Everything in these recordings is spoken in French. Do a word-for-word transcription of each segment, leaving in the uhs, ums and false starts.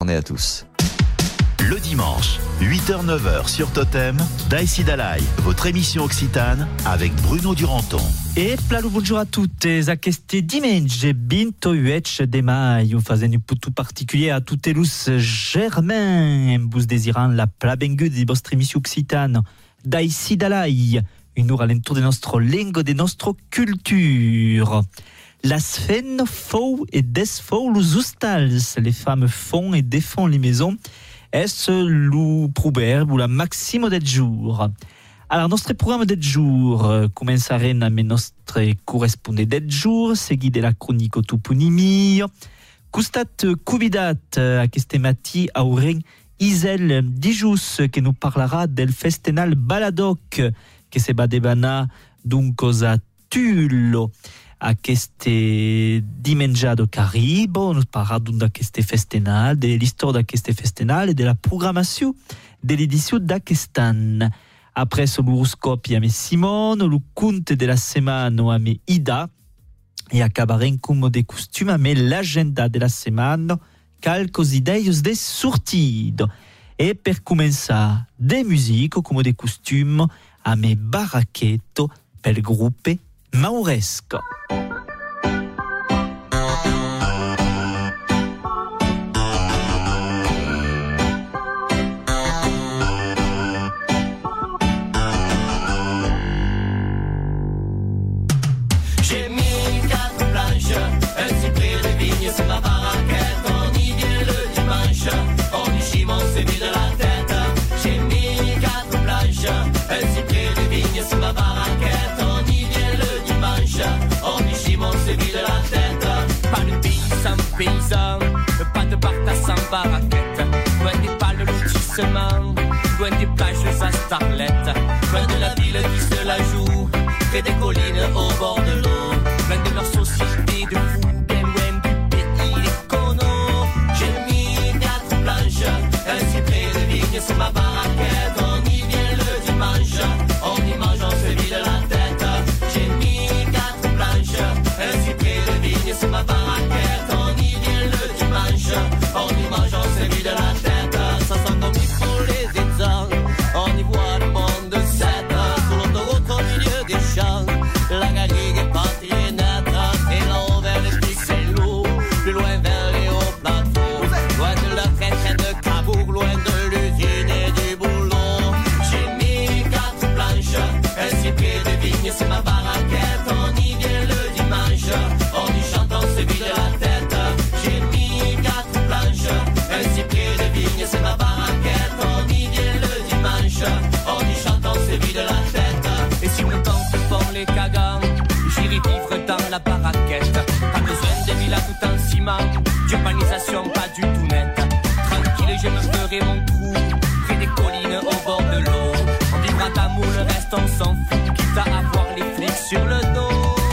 journée à tous. Le dimanche, huit heures neuf heures sur Totem, Daïsi Dalai, votre émission occitane avec Bruno Duranton. E plalo bonjour a tutte, a queste dimanche ventotto de maio, fazendo un putu particulier a tutte lus Germain, bus desirant la pla bengude di vostra émission occitane, Daïsi Dalai, une heure à l'entour de notre langue, de notre culture. Las fen fou et desfou los hostals, les femmes font et défont les maisons. Est-ce le proverbe ou la maxime del jour? Alors, notre programme del jour euh, commençarem avec notre correspondant del jour, seguit de la chronique toponymie. Costat convidat a aquest matí aurem Isel Dijous, que nous parlera del festival Baladoc, que se va debanar d'un cosa Tullo. Aquest dimenjado Caribo, nous parlera d'aquest festival, de l'histoire d'aquest festival et de la programmation de l'édition d'aquest an. Après l'horoscope, il y a Simone, le conte de la semaine avec Ida, et acabarem comme de costume avec l'agenda de la semaine, quelques idées de sortie. Et pour commencer, des musiques comme de costumes avec Barraquetto, pel groupe Mauresco. J'ai mis quatre planches, un cyprès de vigne sur ma barraquette. On y vient le dimanche, on y chie, on se vide la tête. J'ai mis quatre planches, un cyprès de vigne sur ma barraquette. On y vient le dimanche, on y chie, on se vide la tête. Pas de pays sans paysan, pas de parta sans barraquette. Loin des pales lotissement, loin des plages à starlette. Loin de la ville qui se la joue, près des collines au bord de l'eau. Loin de leur société de fous, bien loin du pays des conos. J'ai mis quatre planches, un cyprès de vigne sur ma barraquette. On y vient le dimanche, on y mange, on se vide la tête. J'ai mis quatre planches, un cyprès de vigne sur ma barraquette. On y vient le dimanche, on y mange, on se vide la tête. Ça sent comme il faut les étangs, on y voit le monde de sept. Sur l'autoroute au milieu des champs, la garrigue est pas très nette. Et là-haut vers les petits lourds, plus loin vers les hauts plateaux. Loin de la traîne de Cabourg, loin de l'usine et du boulot. J'ai mis quatre planches, un cyprès de vigne sur ma barraquette. On y vient le dimanche, on y chante, on se vide la tête. J'ai mis quatre planches, un cyprès de vigne sur ma barraquette. On y vient le dimanche, on y chante, on se vide la tête. Et si le temps se font les cagants, j'irai vivre dans la barraquette. Pas besoin de villas tout en ciment, d'urbanisation pas du tout nette. Tranquille, je me ferai mon trou, près des collines au bord de l'eau. On vivra d'amour, le reste on s'en fout, quitte à avoir les flics sur le dos.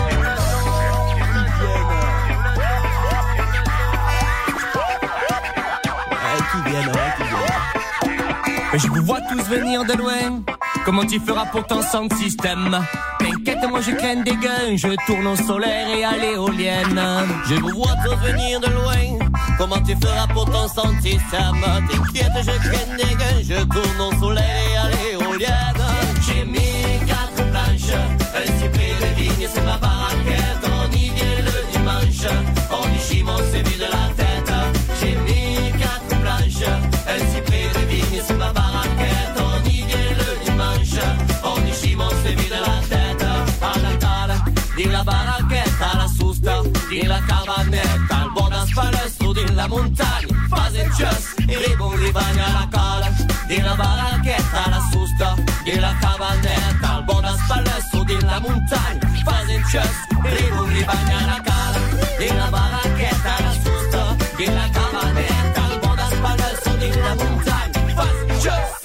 Mais je vous vois tous venir de loin. Comment tu feras pour ton sound système? T'inquiète, moi je crains des gains. Je tourne au solaire et à l'éolienne. Je vous vois tous venir de loin. Comment tu feras pour ton sound système? T'inquiète, je crains des gains. Je tourne au solaire et à l'éolienne. J'ai mis quatre planches, un cyprès de vigne sur ma barraquette. On y vient le dimanche, on y chie, on se vide la tête. J'ai mis quatre planches, un cyprès de vigne sur ma barraquette. On y vient le dimanche, on y chie, on se vide la tête. A la cara, di la barraquetta, alla susta, di la cavanetta, al buon spalasso della montagna, fase just, e i buoni bagni alla cala, di la barraquetta, alla susta, di la cavanetta, al buon spalasso della montagna, fase just, e i buoni bagni alla cala, di la barraquetta, alla susta, di la cavanetta, al buon spalasso della montagna, fase just.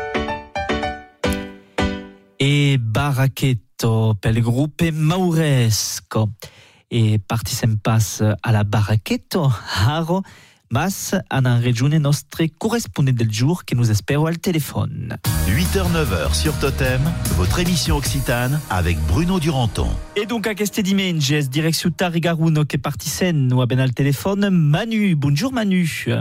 E Barraquetto per il gruppo Mauresco. E participas alla Barraquetto, Haro, mas en regione nostre correspondant del jour que nous espérons al téléphone. huit heures neuf heures sur Totem, votre émission occitane avec Bruno Duranton. Et donc à queste dimanche, direction Tarigaruno que participent nous a ben al téléphone Manu. Bonjour Manu. Bonjour.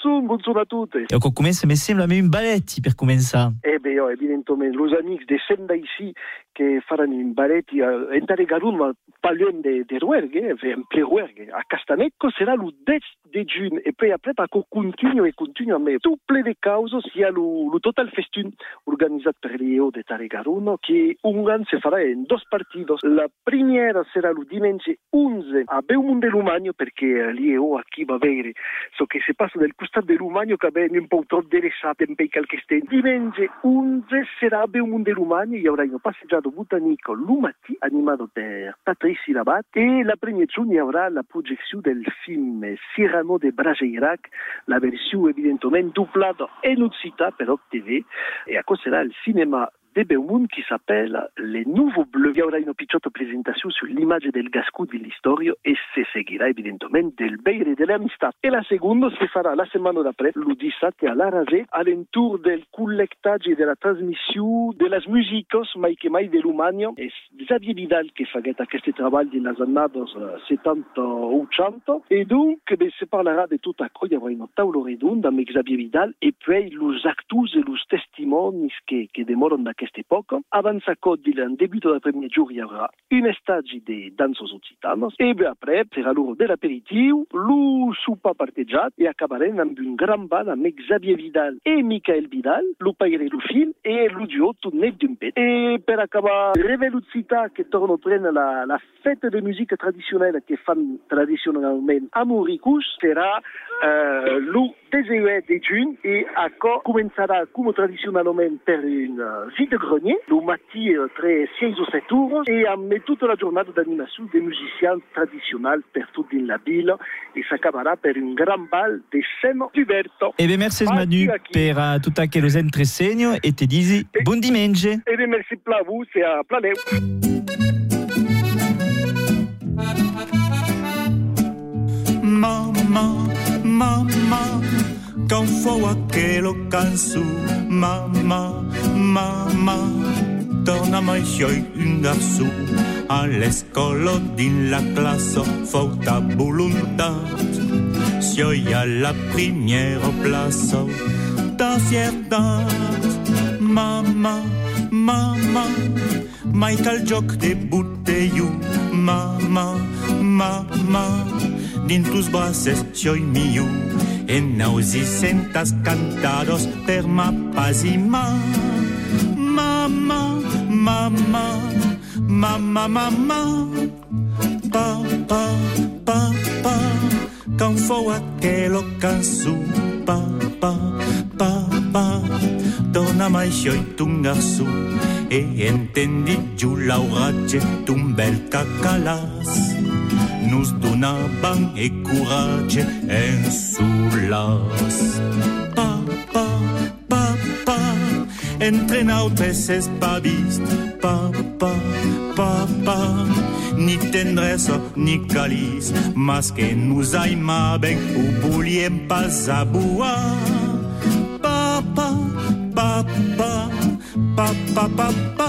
Buongiorno, buongiorno a tutti. E ho cominciato, mi sembra un balletti per cominciare. Eh beh, oh, evidentemente, los amici de Senda ici che faranno in balletti uh, in Taregarun, ma parliamo de, de ruerghe, un ple ruerghe. A Castanecco sarà il dieci di giugno e poi après pa continua e continua, ma tutto ple de cause sia il total festun organizzato per l'E O de Taregarun che un anno si farà in due partiti. La prima sarà il dimanche undici a Beaumont de Lumagno perché l'E O a chi va avere so che si passa del costato del Lumagno che abbiamo un po' troppo deressato un po' qualche stento. Dimanche undici sarà a Beaumont de Lumagno e avrà un passeggiato botanico Lumati animato per Patrici Labat e la prima giugno avrà la proiezione del film Cyrano de Bergerac, la versione evidentemente dublata in Occità per O T V e a cosa sarà il cinema de Beaumont qui s'appelle Les Nouveaux Bleus. Il y aura une petite présentation sur l'image del Gascou de l'Historia e se seguirà evidentemente del Beire de l'Amistad. E la seconda si farà la settimana d'après, il diciassette a l'Aragé, all'intour del collectage e della trasmissione delle musiche, mai che mai de Lumagno. E Xavier Vidal che fa questi lavori nelle annate settanta ottanta. E dunque beh, si parlerà di tutto a cosa, il y aura una tavola redonda avec Xavier Vidal e poi los actus e los testimoni che, che demorano da questa epoca. Avanza codile en début de la première jour, il y aura une stage de danses occitanos et bien après, sera l'heure de l'apéritif, le souper partagé et acabarem amb un grand bal avec Xavier Vidal et Michael Vidal, le père et le fils et le duo tout net d'un pet. Et per acabar, Revel Occità che torna a prendre la, la fête de musique traditionnelle che fan traditionnellement a Mauricus sarà uh, le dix-huit de juin et a començarà come traditionnellement per une uh, vide-grenier, le matin euh, très six ou sept heures, et amb toute la journée d'animation des musiciens traditionnels per toute la ville, et s'acabera per un grand bal de scène d'Uberto. E bien, merci Manu per uh, tutto che lo entresegno e ti dici e, buon dimanche. E bien, merci a vous, c'est à Planeu. Mamma, mamma, quand faut che lo canso, mamma, mamma, torna mai scioi un garçon, all'escola din la classe, forta volontat, scioi alla primiera place, da fiertat, mamma, mamma, mai cal gioc de buteiu, mamma, mamma, din tus braces scioi miu, e nausi sentas cantados per ma pasima. Mamma, mamma, mamma, mamma, pa, pa, pa, pa, quand faut aquello canso, pa, pa, pa, pa, torna mai scioi tun garçon, e entendi giù l'auratge d'un bel cacalas. Nos donaban e courage en sulas. Pa, pa, pa, pa, entrenaut peces pa vist. Pa, pa, pa, pa, ni tendresa ni calice, mas que nos aimaben o voliem pas aboar. Pa, pa, pa, pa, pa, pa, pa, pa.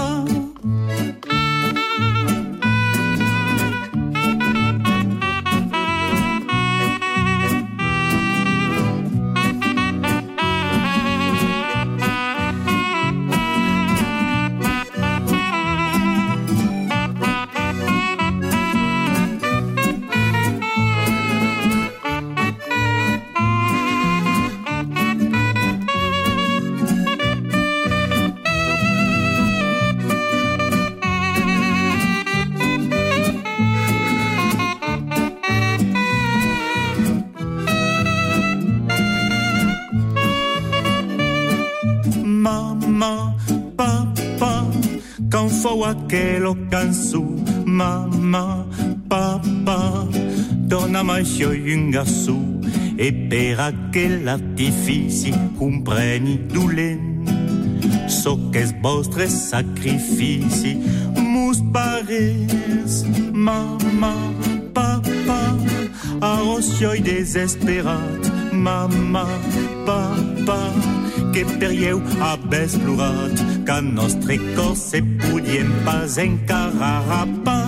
Faut aquello canso, mamma, papa, torna mai scioi un garçon, e per aquell'artifici compreni dolent, so che es vostre sacrifici, mus pares, mamma, papa, a scioi desesperat, mamma, papa, que perieu abes plorat, quand nostre cor se podien pas encarar pa.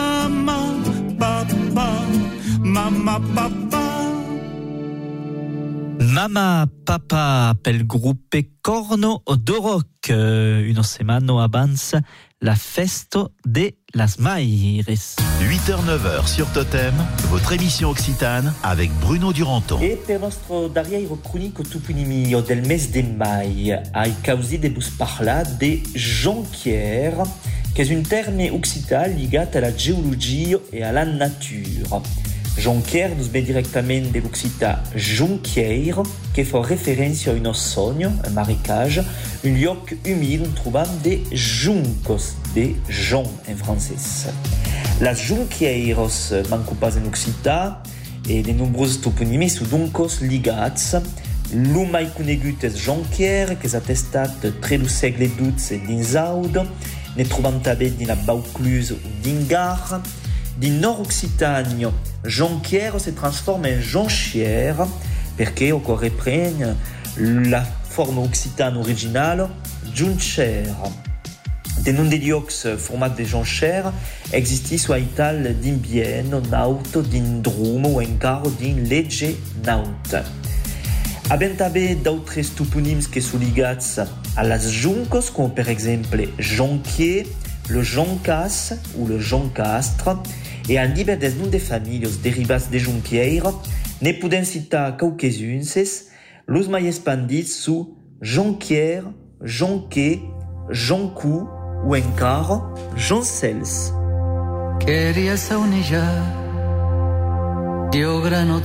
Mama, papa, mama, papa. Mama, papa, pel gruppe Corno de Rock. Euh, une semaine avance la festo de las Maires. huit heures neuf heures sur Totem, votre émission occitane avec Bruno Duranton. E per nostro darriere cronico tupunimio del mes de mai ai causi de bus parla de jonquière, che è un terme occitan legato alla geologia e alla natura. Jonquière nous met directement de l'occitan jonquière, qui fait référence à un sogno, un marécage, un lieu humide où nous trouvons des juncos, des joncs en français. Las jonquières manquent pas en occitan et de nombreuses toponymies sont donc ligats. Lo mai conegut es jonquière, que s'ha testat tre du segle dotze dins Aud, ne trobam també dins la Vaucluse ou dins Gard. Din nord occitanio, jonquière se transforme en jonchière, perché encore reprenne la forme occitane originale, juncher. Des noms de lieux format de jonchère existent soit ital din Bienne, naut, din Drum ou encara din Legge naut. Abbiamo també d'autres toponymes qui sont ligats à las juncos, comme par exemple jonquier, le joncas ou le joncastre, et en divers des noms de familles derivats de jonquière, ne podem citar quelques-uns, los mai expandits sous jonquière, jonquet, joncou ou encara joncels. Queria saunejar, dio grano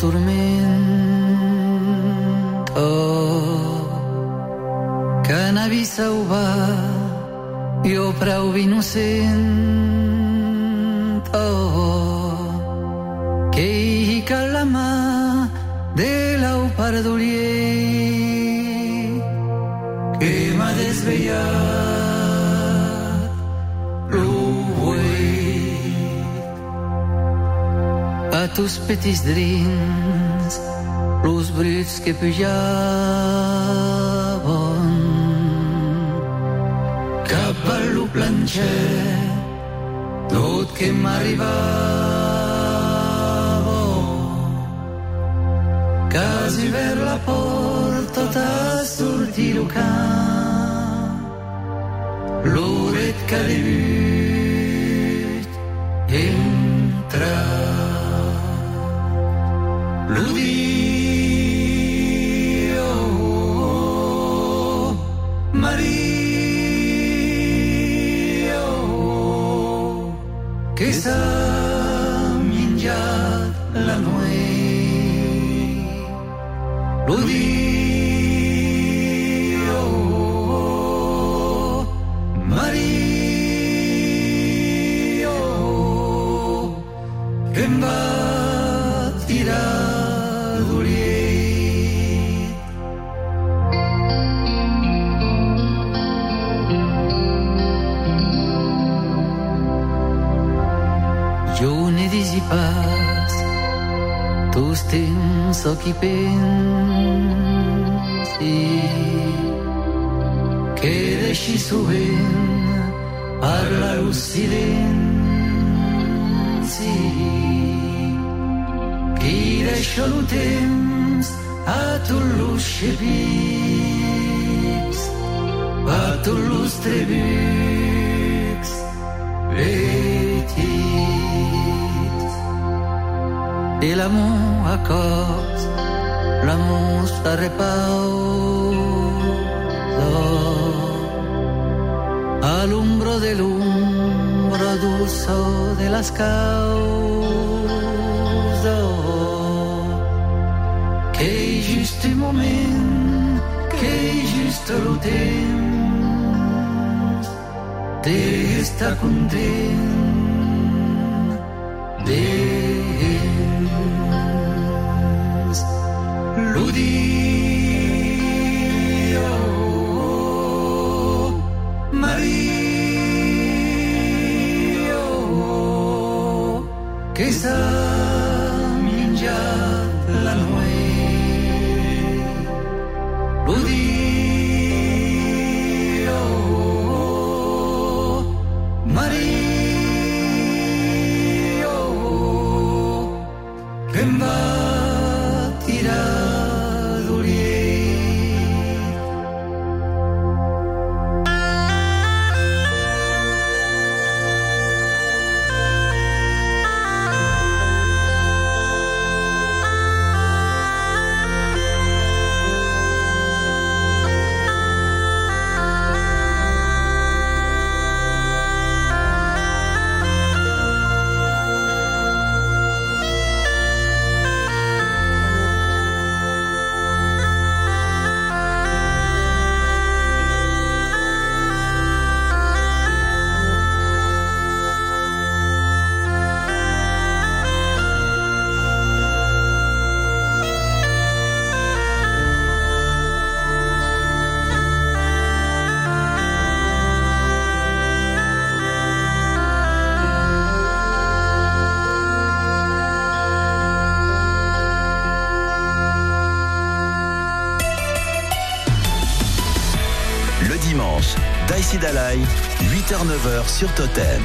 tormento, cannabis sauva, io prou innocento, che hi calama de la pardolier, que m'ha desveillat l'ouet. A tous petits drins, los bruts que pujaven, cap a lo planxer, tot que m'arribava, quasi ver la porta t'ha sortit lo camp, l'oret que ha debut entrar. Lo dio, Maria, que s'ha menjat la nuit. Lo dio, Maria, que em va tirar pas, tous temps qui pensi, que deixi sovint parlar el silenci, qui deixa el temps a tots los xepics, a tots los trebics, petits. Et l'amour à cause, l'amour se repose à l'ombre de l'ombre douce de las causes. Qu'est juste un moment, qu'est juste le temps d'estar content d'ells. Lo dio, Maria, que s'ha menjat la nuit. Lo dio, Maria, que em va tirar d'ull. dimanche, Daïsi Dalai, huit heures neuf heures sur Totem.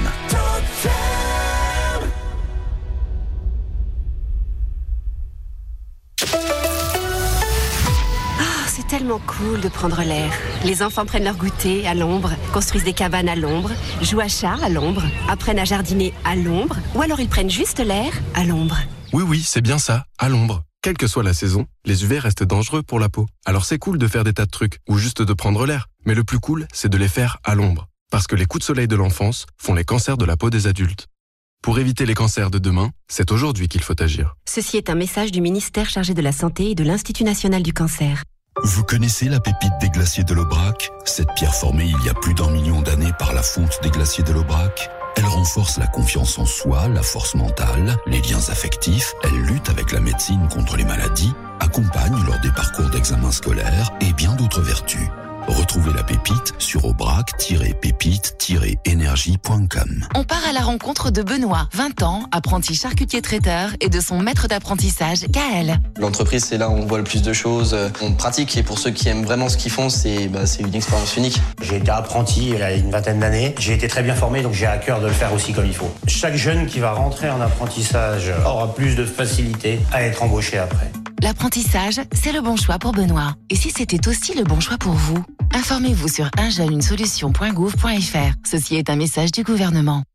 C'est tellement cool de prendre l'air. Les enfants prennent leur goûter à l'ombre, construisent des cabanes à l'ombre, jouent à chat à l'ombre, apprennent à jardiner à l'ombre, ou alors ils prennent juste l'air à l'ombre. Oui, oui, c'est bien ça, à l'ombre. Quelle que soit la saison, les U V restent dangereux pour la peau. Alors c'est cool de faire des tas de trucs, ou juste de prendre l'air. Mais le plus cool, c'est de les faire à l'ombre. Parce que les coups de soleil de l'enfance font les cancers de la peau des adultes. Pour éviter les cancers de demain, c'est aujourd'hui qu'il faut agir. Ceci est un message du ministère chargé de la Santé et de l'Institut National du Cancer. Vous connaissez la pépite des glaciers de l'Aubrac? Cette pierre formée il y a plus d'un million d'années par la fonte des glaciers de l'Aubrac. Elle renforce la confiance en soi, la force mentale, les liens affectifs. Elle lutte avec la médecine contre les maladies, accompagne lors des parcours d'examen scolaire et bien d'autres vertus. Retrouvez la pépite sur aubrac tiret pépite tiret énergie point com. On part à la rencontre de Benoît, vingt ans, apprenti charcutier traiteur, et de son maître d'apprentissage, Gaël. L'entreprise, c'est là où on voit le plus de choses, on pratique, et pour ceux qui aiment vraiment ce qu'ils font, c'est bah, c'est une expérience unique. J'ai été apprenti il y a une vingtaine d'années, j'ai été très bien formé, donc j'ai à cœur de le faire aussi comme il faut. Chaque jeune qui va rentrer en apprentissage aura plus de facilité à être embauché après. L'apprentissage, c'est le bon choix pour Benoît. Et si c'était aussi le bon choix pour vous? Informez-vous sur un jeune une solution point gouv point f r. Ceci est un message du gouvernement.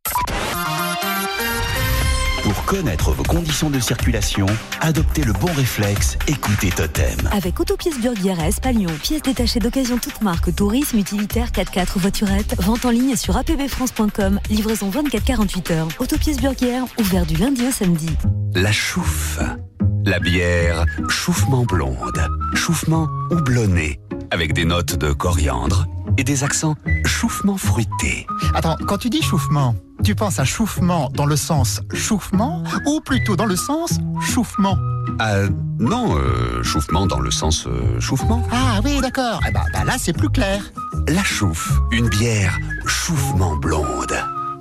Pour connaître vos conditions de circulation, adoptez le bon réflexe, écoutez Totem. Avec Autopièces Burguière à Espalion, pièces détachées d'occasion toute marque, tourisme, utilitaire, quatre-quatre, voiturette, vente en ligne sur a p b france point com, livraison vingt-quatre à quarante-huit heures. Autopièces Burguière, ouvert du lundi au samedi. La chouffe. La bière chouffement blonde, chouffement houblonné, avec des notes de coriandre et des accents chouffement fruités. Attends, quand tu dis chouffement, tu penses à chouffement dans le sens chauffement ou plutôt dans le sens chauffement? Euh, non, euh, chauffement dans le sens euh, chauffement. Ah oui, d'accord. Eh ben, ben là, c'est plus clair. La chouffe, une bière chouffement blonde.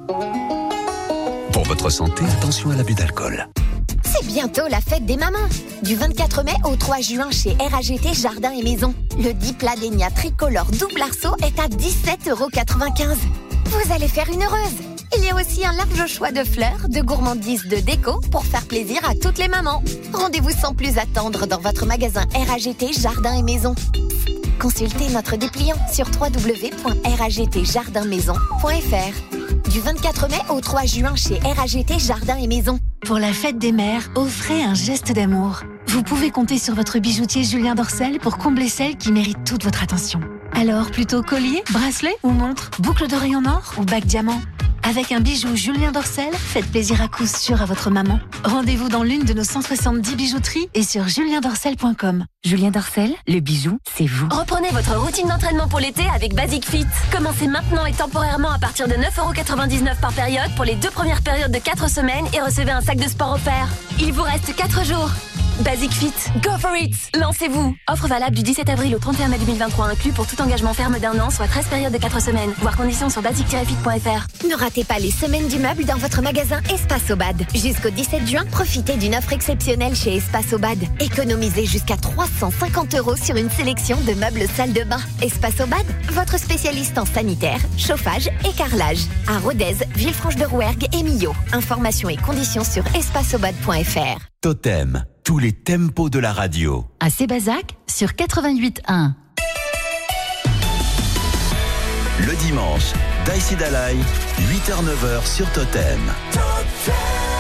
Pour votre santé, attention à l'abus d'alcool. C'est bientôt la fête des mamans. Du vingt-quatre mai au trois juin chez R A G T Jardin et Maison. Le Dipladénia tricolore double arceau est à dix-sept euros quatre-vingt-quinze. Vous allez faire une heureuse. Il y a aussi un large choix de fleurs, de gourmandises, de déco pour faire plaisir à toutes les mamans. Rendez-vous sans plus attendre dans votre magasin R A G T Jardin et Maison. Consultez notre dépliant sur w w w point r a g t jardin maison point f r. Du vingt-quatre mai au trois juin chez R A G T Jardin et Maison. Pour la fête des mères, offrez un geste d'amour. Vous pouvez compter sur votre bijoutier Julien Dorcel pour combler celle qui mérite toute votre attention. Alors, plutôt collier, bracelet ou montre, boucle d'oreille en or ou bague diamant? Avec un bijou Julien Dorcel, faites plaisir à coup sûr à votre maman. Rendez-vous dans l'une de nos cent soixante-dix bijouteries et sur julien dorcel point com. Julien Dorcel, le bijou, c'est vous. Reprenez votre routine d'entraînement pour l'été avec Basic Fit. Commencez maintenant et temporairement à partir de neuf euros quatre-vingt-dix-neuf par période pour les deux premières périodes de quatre semaines et recevez un sac de sport offert. Il vous reste quatre jours. Basic Fit, go for it! Lancez-vous! Offre valable du dix-sept avril au trente et un mai deux mille vingt-trois inclus pour tout engagement ferme d'un an, soit treize périodes de quatre semaines. Voir conditions sur basic tiret fit point f r. Ne ratez pas les semaines du meuble dans votre magasin Espace Aubade. Jusqu'au dix-sept juin, profitez d'une offre exceptionnelle chez Espace Aubade. Économisez jusqu'à trois cent cinquante euros sur une sélection de meubles salle de bain. Espace Aubade, votre spécialiste en sanitaire, chauffage et carrelage. À Rodez, Villefranche-de-Rouergue et Millau. Informations et conditions sur espace aubade point f r. Totem, tous les tempos de la radio. À Sébazac, sur quatre-vingt-huit un. Le dimanche, Daïsi Dalai, huit heures neuf heures sur Totem. Totem.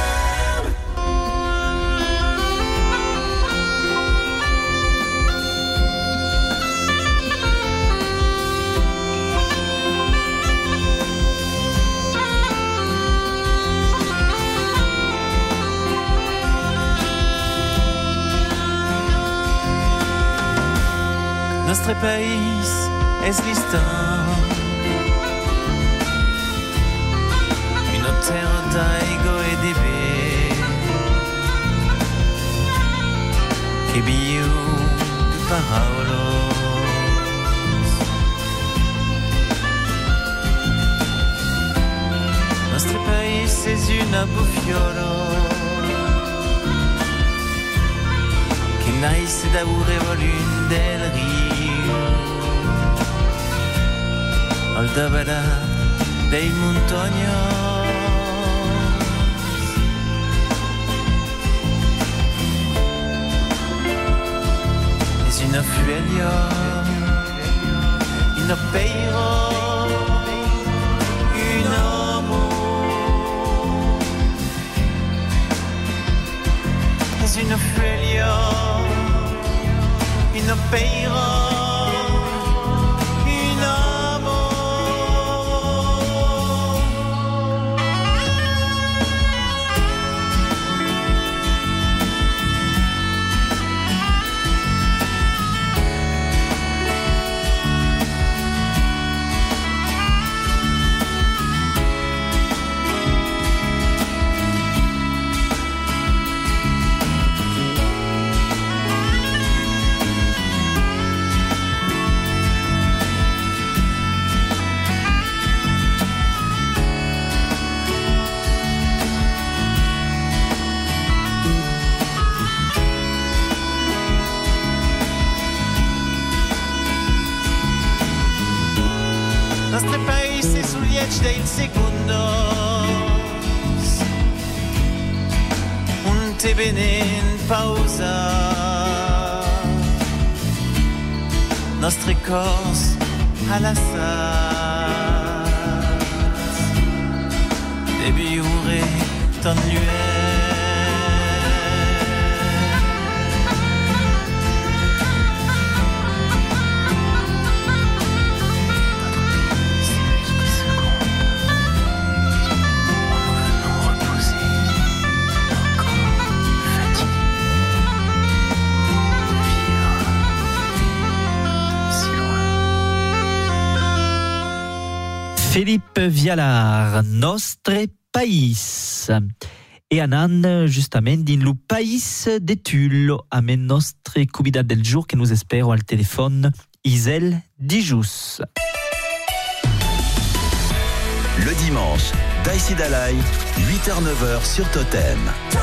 Nostre país és l'història, una terra d'aigua e de bé, que viu de paraules. Nostre país és una bufiora que nasce da un revolum del riu. da bella dei montaños. Es una fuelia, una peira, un amor. Es una fuelia, una peira. Nostre paesi sugli edge dei segundos, un te bene in pausa, nostre corse alla saz, debi ure ton luet. Philippe Vialar, Nostre País. E anan justament din lo país de Tulle amb nostre convidat del jour que nous espero al telèfon, Isel Dijous. Le dimanche, Daïsi Dalai, huit heures neuf heures sur Totem.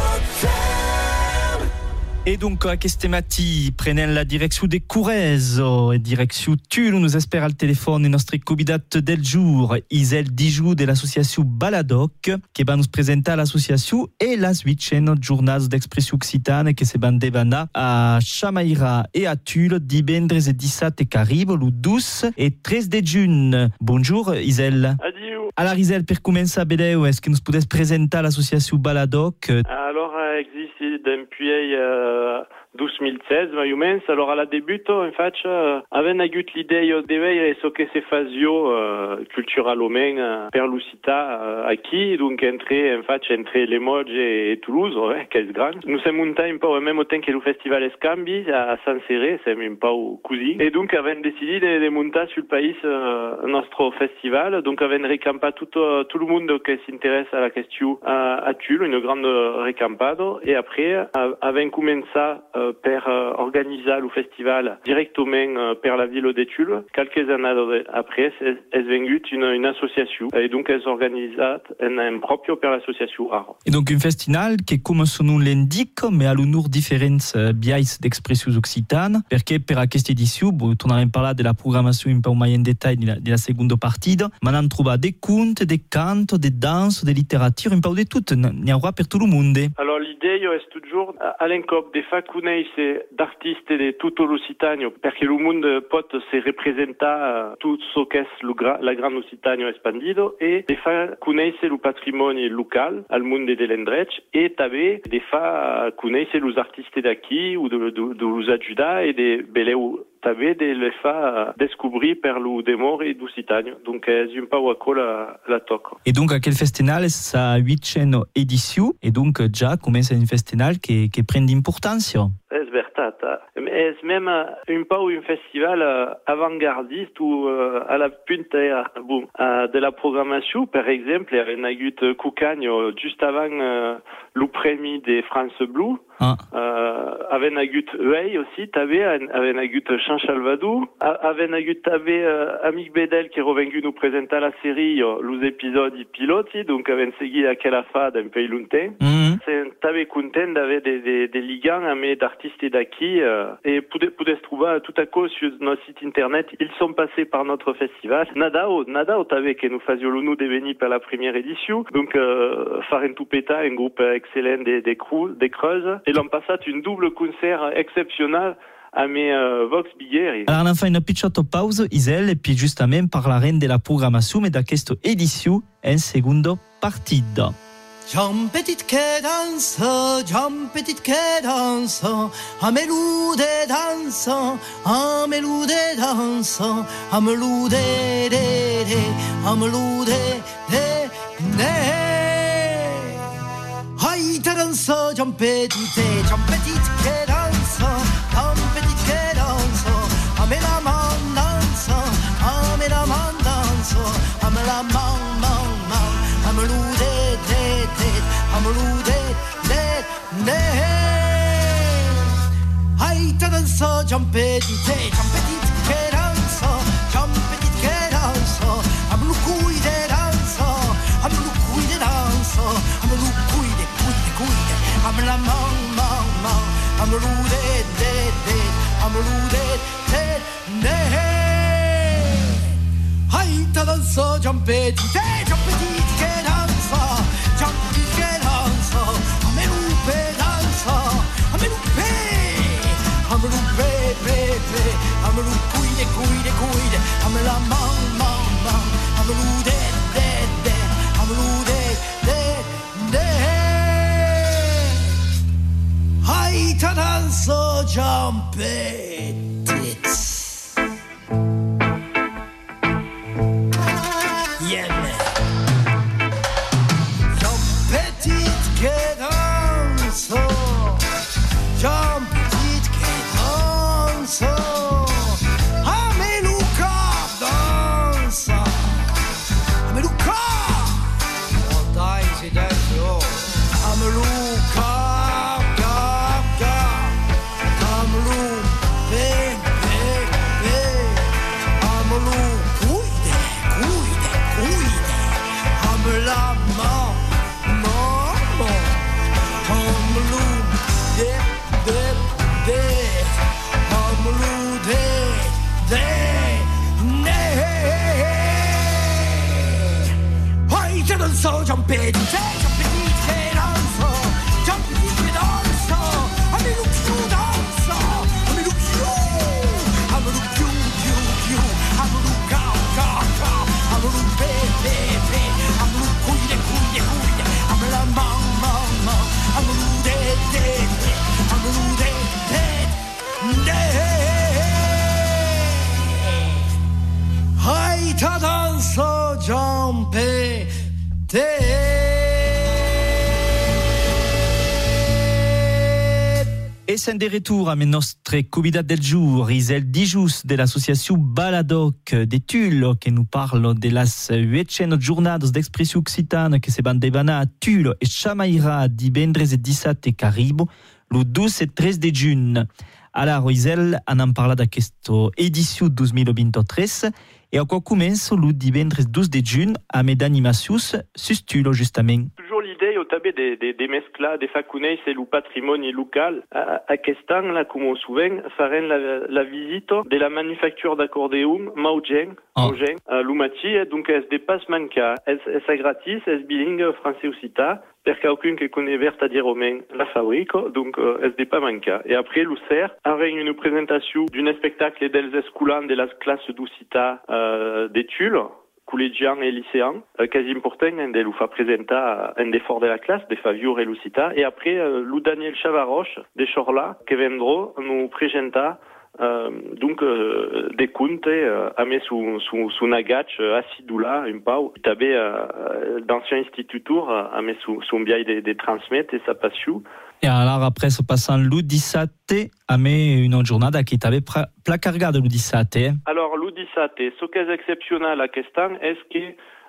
Et donc, aquest matí, prenen la direcció de Corrèze, et direcció Tulle, nous espère al telèfon nostre convidat del jour, Isel Dijous de l'associació Baladoc, que va nous presentar l'associació e les huitchen jornades d'expressió occitana que se van devanar a Chamaïra e a Tulle divendres e dissabte que arriba, le dos e tres de juny. Bonjour, Isel. Adieu. Alors, Isel, per començar, vedeu, est-ce que nous podeu presentar l'associació Baladoc? Alors, elle existe depuis euh, deux mille seize, mais alors à la débute, en fait, euh, avait agut l'idée de veille ce que c'est fazio euh, cultural omen euh, per Lucita euh, aquí, donc entre en fait entre Limoges et Toulouse, ouais, qu'est grand. Nous sommes montés un peu au même temps que le festival Escambi à Saint-Céré, c'est même pas au cousin. Et donc avait décidé de, de monter sur le pays euh, notre festival, donc avait récampé tout euh, tout le monde qui s'intéresse à la question à, à Tulle, une grande récampado, et après avait commencé euh, per euh, organiser le festival directement euh, per la ville de Tulle. Quelques années après, c'est venu une, une association et donc elles organisent un, un propre per l'association Art. Et donc un festival qui, comme son nom l'indique, mais à l'honneur différents uh, biais d'expressions occitanes, perché per aquesta edició, bon, tornarem a parlar de la programmació un peu mai en detall de la, de la segunda partida, mais on troba des contes, des cantos, des danses, des littératures, un peu de tout, n'hi haurà per tout le monde. Alors l'idée est toujours à l'encop des fa conèixer d'artistes de tout l'Occitanie, perché le monde pot se représenter tout ce qu'est la grande Occitanie espandido, et des fa conèixer le patrimoine local al monde de l'endrech, et també des fa conèixer les artistes d'aquí ou de, de, de los ajudar et de beleu també de les fa descobrir per lo demor et d'Occitanie. Donc és un peu a la, la toc. Et donc aquel festival és sa huitena edició, et donc ja comença un festival que, que pren d'importància. És veritat. És même un peu un festival avant-gardiste ou à la punta bon, de la programmation. Par exemple, il y a eu Cucagne juste avant le premier de France Bleu. Ah. Euh, avait eu Huey aussi, t'avais, avait eu Chanchalvadou, avait eu t'avais Amic Bedel qui est revenu nous présenter la série, les épisodes pilotes, donc avait seguido à quelle fade un peu longtemps. Mm-hmm. Mm-hmm. C'est t'avais content d'avoir des, des, des ligans, mais d'artistes et d'acquis, euh, et pouvez, pouvez se trouver tout à coup sur notre site internet. Ils sont passés par notre festival. Nadao, Nadao, t'avais que nous faisions l'Ounou devenu par la première édition. Donc, euh, Farin Toupeta, un groupe excellent des, des, crews, des creuses. Et l'an passé, une double concert exceptionnel. A mes uh, Vox Bighieri. Alors, on a fait une petite pause, Isel, et puis justement parleremo della programmazione da questa edizione in seconda partita. Jean Petit che dansa, Jean Petit che dansa, a melude dansa, a melude dansa, a melude de de, a melude de de. Hai ta dansa, Jean Petit, Jean Petit che dansa, Jean Petit che dansa, a me la man dansa, a me la man dansa, a me la man man man, a melude de de. Amelude, de, de. Hai ta dansa, Jean Petit, Jean Petit che dansa, Jean Petit che dansa, Amelucui de dansa, Amelucui de dansa, Amelucui de cui de cui de, Amela man man man, Amelude de de, Amelude de de. Hai ta dansa, Jean Petit, Jean Petit che dansa, Jean Petit che dansa, a me lupe dansa, a me lupe, a me lupe, pe, pe, a me lupe, cuide, cuide, cuide, a me la man, man, man, a me lude, de, de, a me lude, de, de. Hai ta dansa, Jean Petit. Yeah, man. Jean Petit che dansa, a me Luca dansa, a me Luca, oh dai si danza, oh, a me Luca, ga ga, a me Luca, be be be, a me Luca, cuide, cuide, cuide, a me la ma, ma, ma, a me Luca, de de de, amelude de ne. Hai ta dansa, Jean Petit, Jean Petit che dansa, Jean Petit che dansa, a me lu più dansa, a me lu più, a me lu più più più, a me lu ca ca ca, a me lu be be be, a me lu cuide cuide cuide, a me la man man man, a me lu de de de. Amelude, de, de. Hai ta dansa, Jean Petit. E sen de retour a mes nostre convidat del jour, Isel Dijous de l'association Baladoc de Tulle, che nous parle de las huitcento jornadas d'expression occitane che se bandevana a Tulle e Chamaira divendres e dissabte Caribo, le douze et treize de juin. Alors, Isel, on en parla d'aquesta edició dos mil vint-i-tres e a comença le divendres douze de juin a mes d'animacions sus Tulle, justament. Toujours l'idée au tabé des, des, des mesclas, des facuneis et le patrimoine local. À, à Questan, là, comme on souvent, faren la, la visite de la manufacture d'accordéum Maugeng, oh. Maugeng, à Lumati, donc elle se dépasse manca. Elle est gratis, elle est bilingue français-occita. Per qualcun qui connaît vertadierament la fabrique, donc euh, elle se dépasse manca. Et après, l'Ucer a une présentation d'un spectacle des escoulants de la classe d'Ucita euh, des Tulle, collégiens et lycéens, euh, quasi important, de nous fa présenter un des forts de la classe, des Faviur et Lucita. Et après, euh, Lou Daniel Chavaroche, des Chorla, qui viendra nous présenter Euh, donc euh, des contes euh, a mis sous sous sous nagatch euh, assidoula un pau tabé euh, d'ancien instituteur a mis sous son biais des des transmettre et sa passion. Et alors après se passant l'Udissate a mis une autre journée qui t'avait placarga de l'Udissate. Alors l'Udissate, ce qui est exceptionnel à Questan est que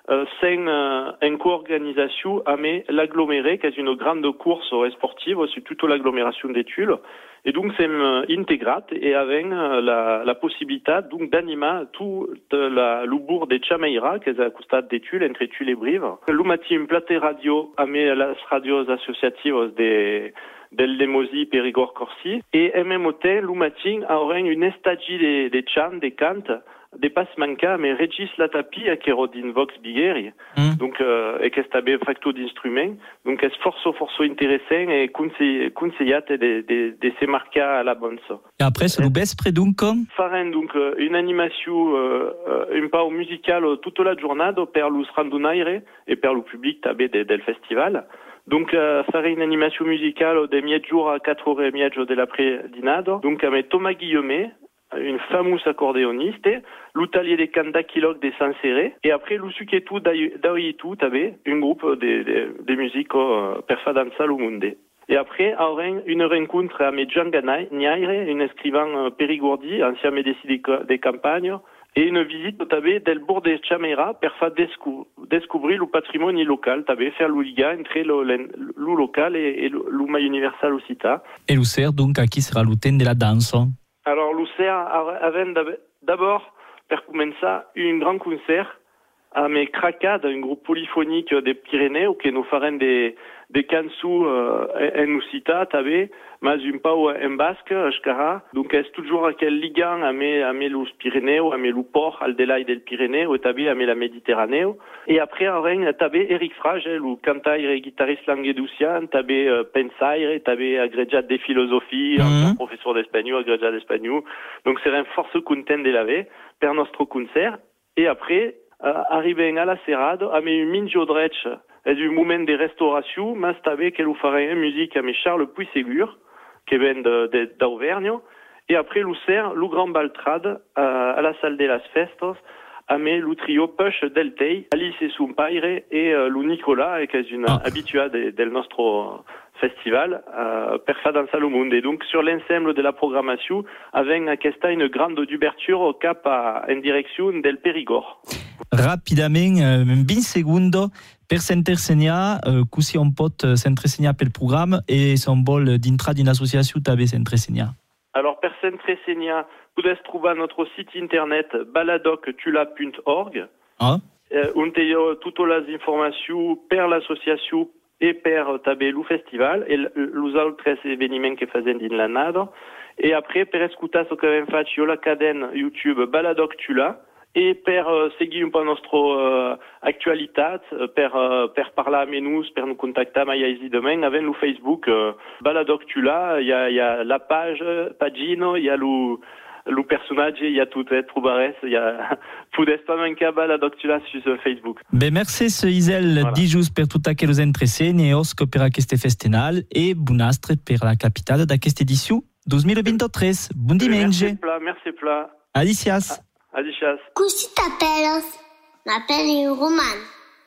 euh, c'est euh, une co-organisation avec l'aggloméré, qui est une grande course sportive, c'est plutôt l'agglomération des Tuiles. Et donc c'est euh, intégrate et avec euh, la, la possibilité donc d'animer tout la l'oubourg des Chameira, qui est à côté des Tuiles, entre Tuiles et Brive. L'umati une plateau radio avec les radios associatives des del Lemosi, Périgord, Corsi. Et même hôtel, l'umatin aura une estagie des, des chants, des cantes, des passemanca, mais Regis Latapi, qui est rodin Vox Bigueri. Mm. Donc, euh, et qui est facto d'instruments. Donc, est force, force intéressant et conseillat de, de, de se marquer à la bonne. Et après, c'est l'oubès près donc comme? Faren, donc, une animation, euh, un pao musical toute la journée, per l'us randonaire et per le public tabé de, del festival. Donc, euh, faire une animation musicale des miet jours à quatre heures et miet de l'après-dinado. Donc, avec Thomas Guillemet, une fameuse accordéoniste, l'outalier des candaquilog des Sanséré, et après, l'usuketu d'Aoyitu, t'avais un groupe de, de, de musique euh, per fa danza lo monde. Et après, aurem une rencontre avec Jean Ganaire, un écrivain euh, périgourdi, ancien médecin des, des campagnes, et une visite t'avais del bourg des Chameira per fa descou, découvrir le patrimoine local, t'avais faire le lien entre le, le local et, et l'uma universal occita. Et l'Ucer, donc, à qui sera le thème de la danse? Alors, l'Ucer avait d'abord, per commencer, un grand concert à mes cracades, un groupe polyphonique des Pyrénées, qui nous feraient des, des cançons euh, en occita, t'avais, mais un pao en basque, escara. Donc, est toujours quel ligan à mes, à mes los Pyrénées, à mes port, al delà del Pyrénées, ou t'avais à mes la Méditerranée. Et après, en règne, t'avais Eric Frage, le cantaire et guitariste languedocien, t'avais euh, pensaire, t'avais agrégé de philosophie, mm-hmm. un professeur d'espagnol, agrégé d'espagnol. Donc, c'est un force content de laver, per nostro concert. Et après, euh, arrivé à la serrade, à mes minjo drech, et du moment des restaurations, mais t'avais qu'elle ferait une musique à mes Charles Puy-Ségur, qui vient d'Auvergne, et après l'Ucer, le grand baltrade, euh, à la salle de las festas, à mes le trio Push del Tei, Alice et Sumpaire, et euh, le Nicolas, qui est une ah. habituée de, del nostro festival, euh, per fa danza lo monde. Et donc, sur l'ensemble de la programmation, avec une grande ouverture au cap à, en direction del Périgord. Rapidament, vingt segundos per s'entresegnar, eh, così on pot s'entresegnar pel programme et si on vol dintre d'une association també s'entresegnar. Alors, per s'entresegnar, podeu trouver notre site internet baladoctula punt org, ah. eh, on té toutes les informations per l'association et per també le festival et les autres événements que faisaient din l'annada. Et après, per escutar ce que vam faig jo la cadena YouTube Baladoctula, et per uh, seguir un peu notre uh, actualitat, per, uh, per parlar amb nous, per nous contactar amb Ayaisi demain, avec le Facebook uh, Baladoctula, il y a, y a la page, pagino, il y a le, le personnage, il y a tout, eh, troubares, il y a, podes pas manquer Baladoctula sur Facebook. Ben merci, ce Isel, voilà. Dijous per tout aquells us entresegn e osco per aquest festenal e bonastre per la capitale d'aquesta edició dos mil vint-i-tres. Bon diumenge. Merci pla, merci pla. Adicias. Adicias. Così t'appelles? M'appelle Roman.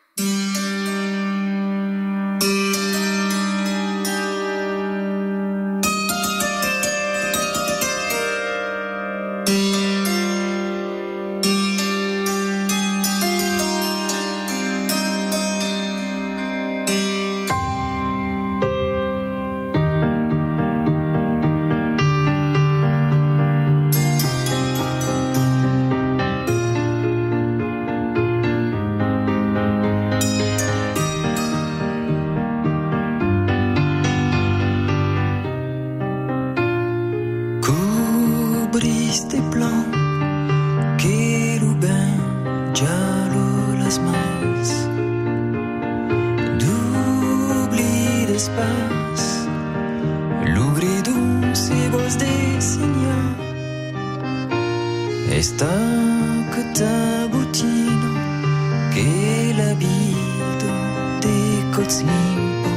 Esta que t'abutino che l'abito de cozimpo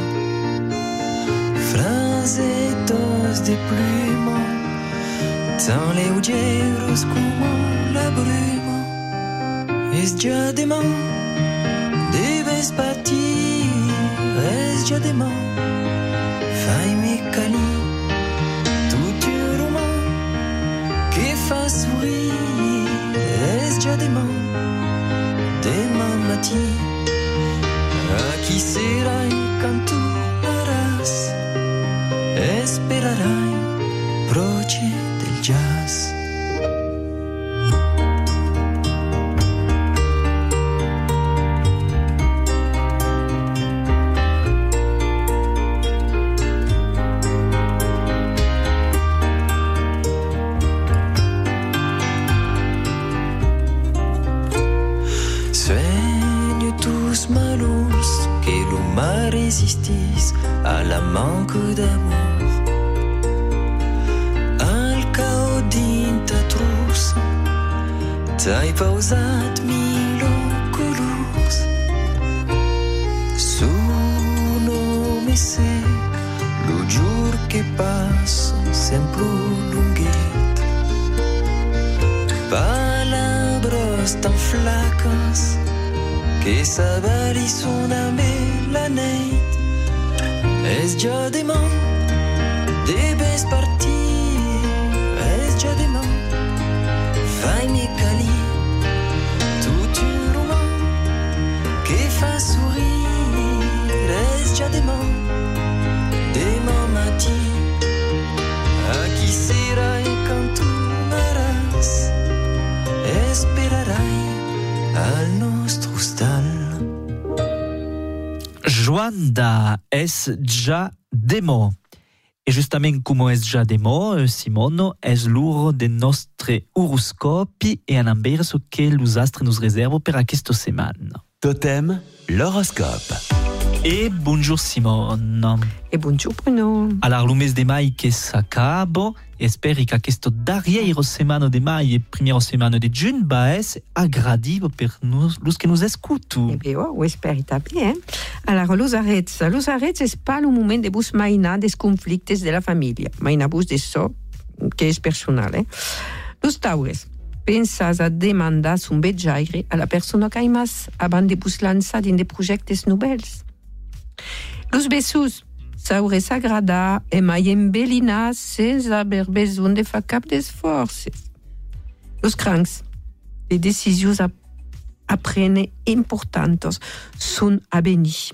frasetos de plumo tan ligeros como la bruma. Es ya demain, debes partir, es ya demain, fai-mi cali, tout un roman qui fa sourire, es ya demain, demà matí. A chi sarai quand tornaràs? Esperarai voce del jazz. Resistís a la manque d'amour, al caos dintre trus, t'hai pausat mil colors. Sono messe, lo giur che passa sempre lunghet, palabras tan flacas que s'abalissent a me la nit. És ja demà, debes partir. És ja demà, fai-me cali tot un roman que fa sourire. És ja demà, demà matí. A qui sarai quand tornaràs? Esperarai al nostre hostal. Joanda es già demo. E giustamente come es già demo, Simono, es l'uro dei nostri oroscopi e anambere so che los astri nos reservo per questa settimana. Totem, l'horoscope. E bonjour Simone. E bonjour Bruno. Alors, le mes de mai che s'acabo, spero che questo darriero settimana de mai e prima settimana de giugno va essere aggradivo per nos, los che nos escutu. Eh bien, oh, spero bien. Alors, los arrets, los arrets es pas le moment de bus mainar des conflictes de la família. Mainar bus de so que és personal, eh? Los taures, pensas a demandar un betjaire a la persona que aimas abans de bus lançar dins de projectes nouvels. Los bessos, s'haurès agradar e mai embellinar sense haver besoin de fer cap d'esforços. Los crancs, les decisions a, a prendre importantes són a venir.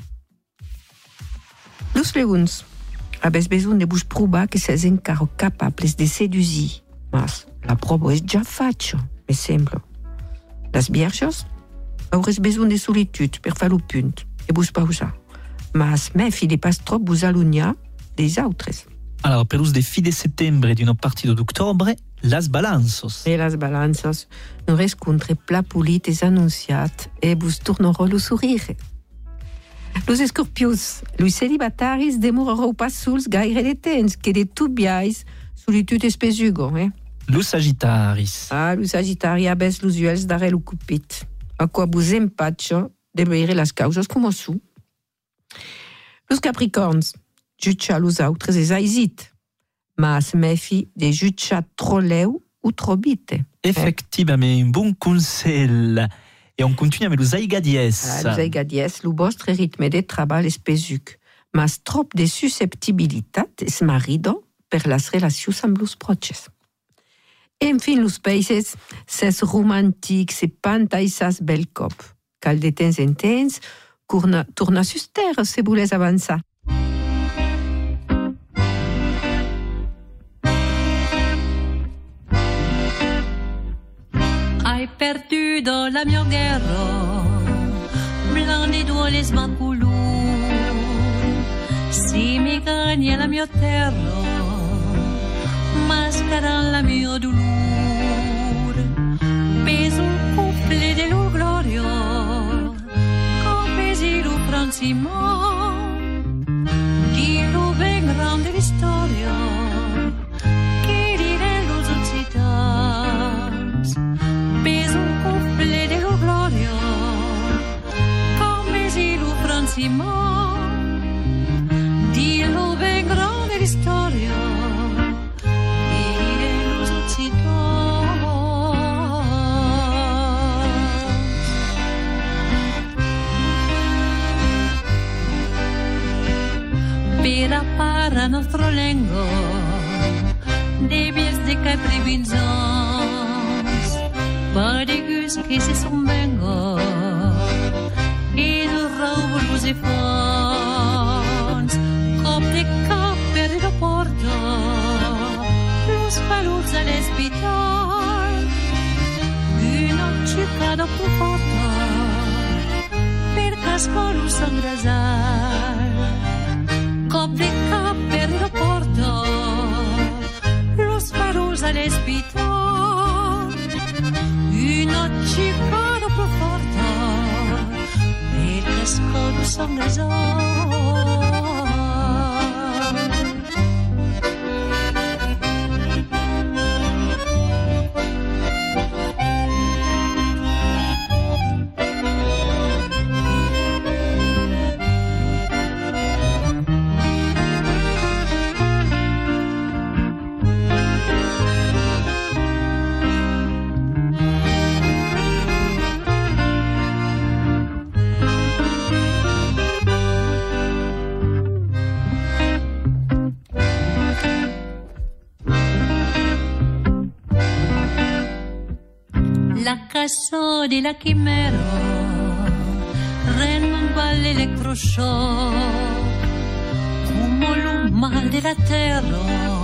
Los leons, habes besoin de vos provar que ses encara capables de seduzir, mas la prova és ja facha, me sembla. Les vierges, haurès besoin de solitud per fer el punt e vos pausar. Mas mefi de pas trop vos allunyar des autres. Alors, per los de fi de settembre e di una partita d'octobre, las balanzos. E las balanzos, un rescontre pla polit és anunciat e vos tornarò lo sourire. Los escorpions, los celibataris demorareu pas sols gaire de temps, que de tout biais, solitud espesugo, eh? Los sagittaris. Ah, los sagittari abes los uels darrere lo cupit. A quoi vos empatxa de veire las causas como su. Los capricorns, jutjar los autres és aisit, mas mefi de jutjar troleu ou trobite. Effectivament, un bon consell. Et on continue avec los aigadies. Ah, los aigadies, lo vostre ritme de treball és pesuc, mas trop de susceptibilitat és marido per las relacions amb los proches. En fin, los peixes, ses romantics e pantaissas bel cop, cal de temps en temps, Curna, torna sus terra se voles avançar. Hai perduto la mia guerra, blandi due les maculù. Si mi cagna la mia terra, mascara la mia dolor. Peso un couple de lor gloria, Dio ben grande l'historia che dire los occitans pes un couple de lo gloria come si lo francima Dio ben grande l'historia che dire los occitans per appara nostro lengo de bies de capri vinzons pas de gus que se son vengo si fons, cop de cap per la porta, los peluts a l'hospital, una ciccada più forte, per cascolo s'engrasal, cop de cap per la porta, los peluts a l'hospital, una ciccada più forte, per cascolo s'engrasal. La casa de la quimera renomba l'electroshock come lo mal de la terra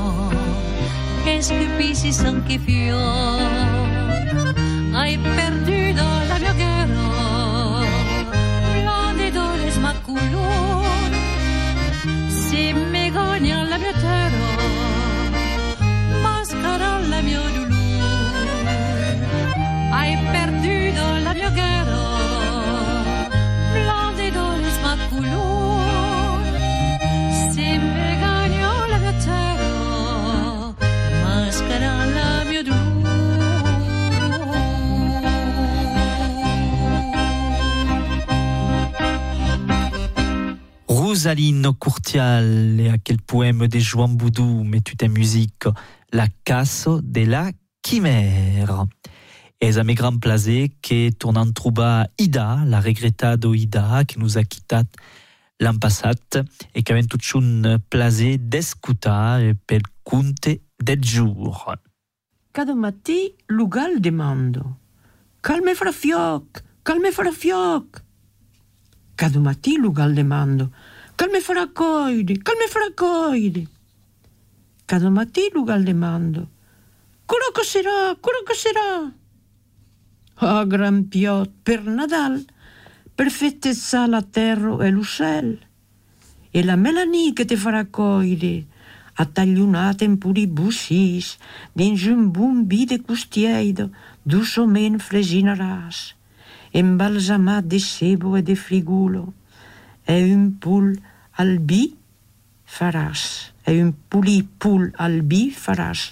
escupisi anche fior hai perduto la mia guerra la de dores maculon se me gagna la mia terra mascara la mia dolore hai perduto la mia guerra, blanc de dores maculon, se me gagno la mia terra, mascara la mia Rosaline Courtial et à quel poème des Joan Boudou met-tu ta musique La Casa de la Chimère. Et a mes grands plaisir que tournant trouba Ida, la regrettado Ida, qui nous a quitté l'an passé et qui avait tout un plaisir d'escutar per conte del jour. Cada matí l'ugal demando. Calme fra fioc, calme fra fioc. Cada matí l'ugal demando. Calme fra coide, calme fra coide. Cada matí l'ugal demando. Quello che sarà, quello che sarà. Oh, gran piot, per Nadal, per festejar la terra e l'ocel. E la melanie che te farà coire, attallonat en puri bussis, dins un bon vi de costieida, dolçament freginaràs, embalsamat de cebo e de frigulo, e un pul al vi faràs, e un puli pul al vi faràs.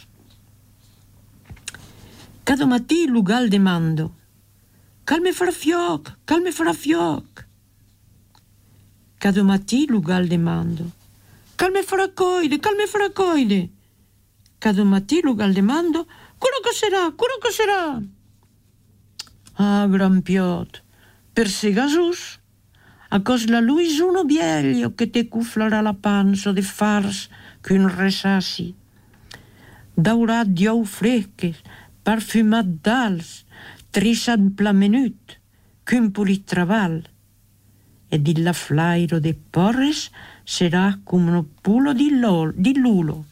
Cada matí l'ugal demando. Calme fra fioc, calme fra fioc. Cada matí l'ugal demando. Calme fra coide, calme fra coide. Cada matí l'ugal demando. Quello che sarà, quello che sarà. Ah, gran piot, per ser gasos, acos la luis uno vieglio che te cuflarà la panza de fars che un resassi. Daurat diou fresques, parfumat d'als, trissat pla menut, qu'un polit traval. E di la flairo de porres serà come un pulo di, lol, di lulo.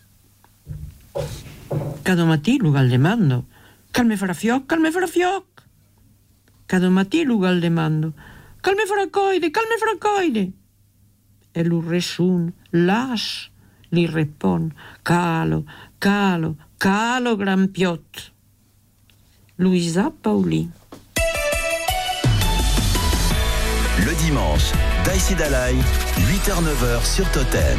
Cada matí l'ugal demando. Calme fra fioc, calme fra fioc. Cada matí l'ugal demando. Calme fra coide, calme fra coide. E lo resun, las, li repon. Calo, calo, calo, gran piot. Louisa Pauli. Le dimanche, Daïsi Dalai, huit heures neuf heures sur Totem.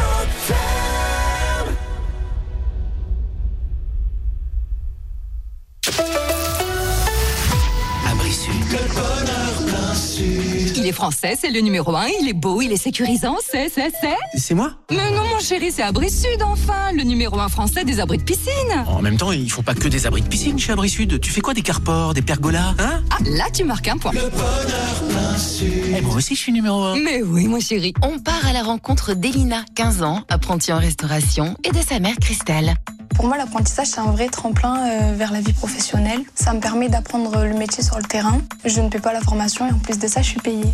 Abri Sud. Que le bonheur plein sud. Il est français, c'est le numéro un, il est beau, il est sécurisant, c'est, c'est, c'est... C'est moi? Mais non, mon chéri, c'est Abri Sud, enfin, le numéro un français des abris de piscine. En même temps, ils font pas que des abris de piscine chez Abri Sud. Tu fais quoi, des carports, des pergolas, hein? Ah, là, tu marques un point. Le bonheur plein sud. Et moi aussi, je suis numéro un. Mais oui, mon chéri. On part à la rencontre d'Elina, quinze ans, apprentie en restauration, et de sa mère Christelle. Pour moi, l'apprentissage, c'est un vrai tremplin euh, vers la vie professionnelle. Ça me permet d'apprendre le métier sur le terrain. Je ne paie pas la formation et en plus de ça, je suis payée.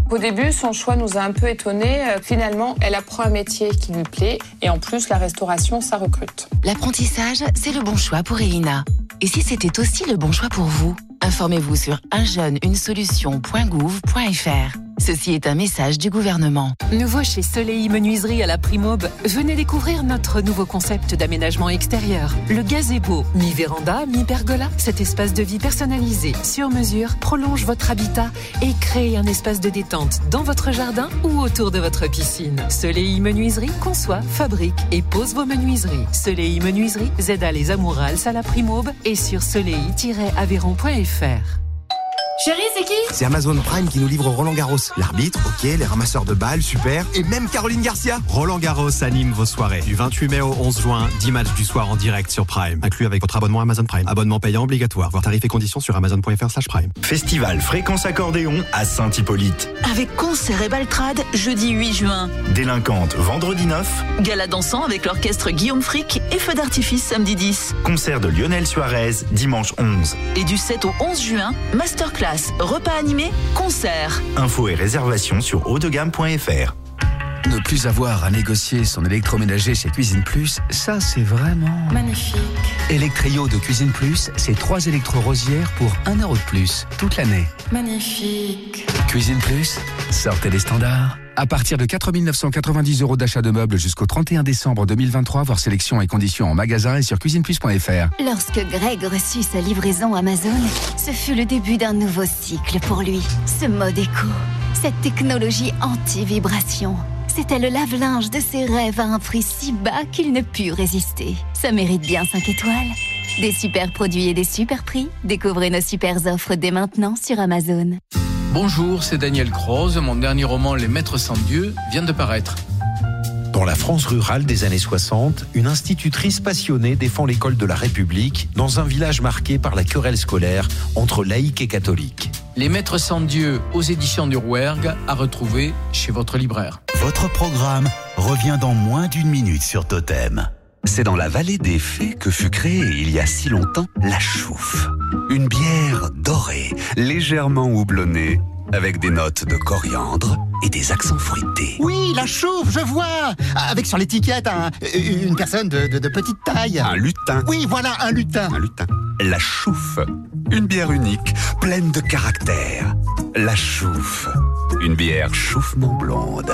Au début, son choix nous a un peu étonnés. Finalement, elle apprend un métier qui lui plaît et en plus, la restauration, ça recrute. L'apprentissage, c'est le bon choix pour Elina. Et si c'était aussi le bon choix pour vous? Informez-vous sur un jeune une solution point gouv point fr. Ceci est un message du gouvernement. Nouveau chez Soleil Menuiserie à la Primaube, venez découvrir notre nouveau concept d'aménagement extérieur. Le gazebo, mi-véranda, mi-pergola. Cet espace de vie personnalisé, sur mesure, prolonge votre habitat et crée un espace de détente dans votre jardin ou autour de votre piscine. Soleil Menuiserie conçoit, fabrique et pose vos menuiseries. Soleil Menuiserie, Z A les Amourals à la Primaube et sur soleil tiret aveyron point fr. Chérie, c'est qui? C'est Amazon Prime qui nous livre Roland Garros. L'arbitre, ok, les ramasseurs de balles, super, et même Caroline Garcia. Roland Garros anime vos soirées. Du vingt-huit mai au onze juin, dix matchs du soir en direct sur Prime. Inclus avec votre abonnement Amazon Prime. Abonnement payant obligatoire. Voir tarifs et conditions sur amazon point fr slash prime. Festival Fréquence Accordéon à Saint-Hippolyte. Avec concert et baltrade, jeudi huit juin. Délinquante, vendredi neuf. Gala dansant avec l'orchestre Guillaume Frick et feu d'artifice samedi dix. Concert de Lionel Suarez, dimanche onze. Et du sept au onze juin, masterclass, repas animé, concert. Infos et réservations sur haut de gamme point fr. Ne plus avoir à négocier son électroménager chez Cuisine Plus, ça c'est vraiment... Magnifique. Electrio de Cuisine Plus, c'est trois électro-rosières pour un euro de plus, toute l'année. Magnifique. Cuisine Plus, sortez les standards. À partir de quatre mille neuf cent quatre-vingt-dix euros d'achat de meubles jusqu'au trente et un décembre deux mille vingt-trois, voir sélection et conditions en magasin et sur cuisine plus point fr. Lorsque Greg reçut sa livraison Amazon, ce fut le début d'un nouveau cycle pour lui. Ce mode éco, cette technologie anti-vibration, c'était le lave-linge de ses rêves à un prix si bas qu'il ne put résister. Ça mérite bien cinq étoiles. Des super produits et des super prix. Découvrez nos super offres dès maintenant sur Amazon. Bonjour, c'est Daniel Croze. Mon dernier roman, Les Maîtres sans Dieu, vient de paraître. Dans la France rurale des années soixante, une institutrice passionnée défend l'école de la République dans un village marqué par la querelle scolaire entre laïcs et catholiques. Les Maîtres sans Dieu aux éditions du Rouergue à retrouver chez votre libraire. Votre programme revient dans moins d'une minute sur Totem. C'est dans la vallée des Fées que fut créée il y a si longtemps la Chouffe. Une bière dorée, légèrement houblonnée, avec des notes de coriandre et des accents fruités. Oui, la Chouffe, je vois. Avec sur l'étiquette un, une personne de, de, de petite taille. Un lutin. Oui, voilà, un lutin. Un lutin. La Chouffe. Une bière unique, pleine de caractère. La Chouffe. Une bière chauffement blonde.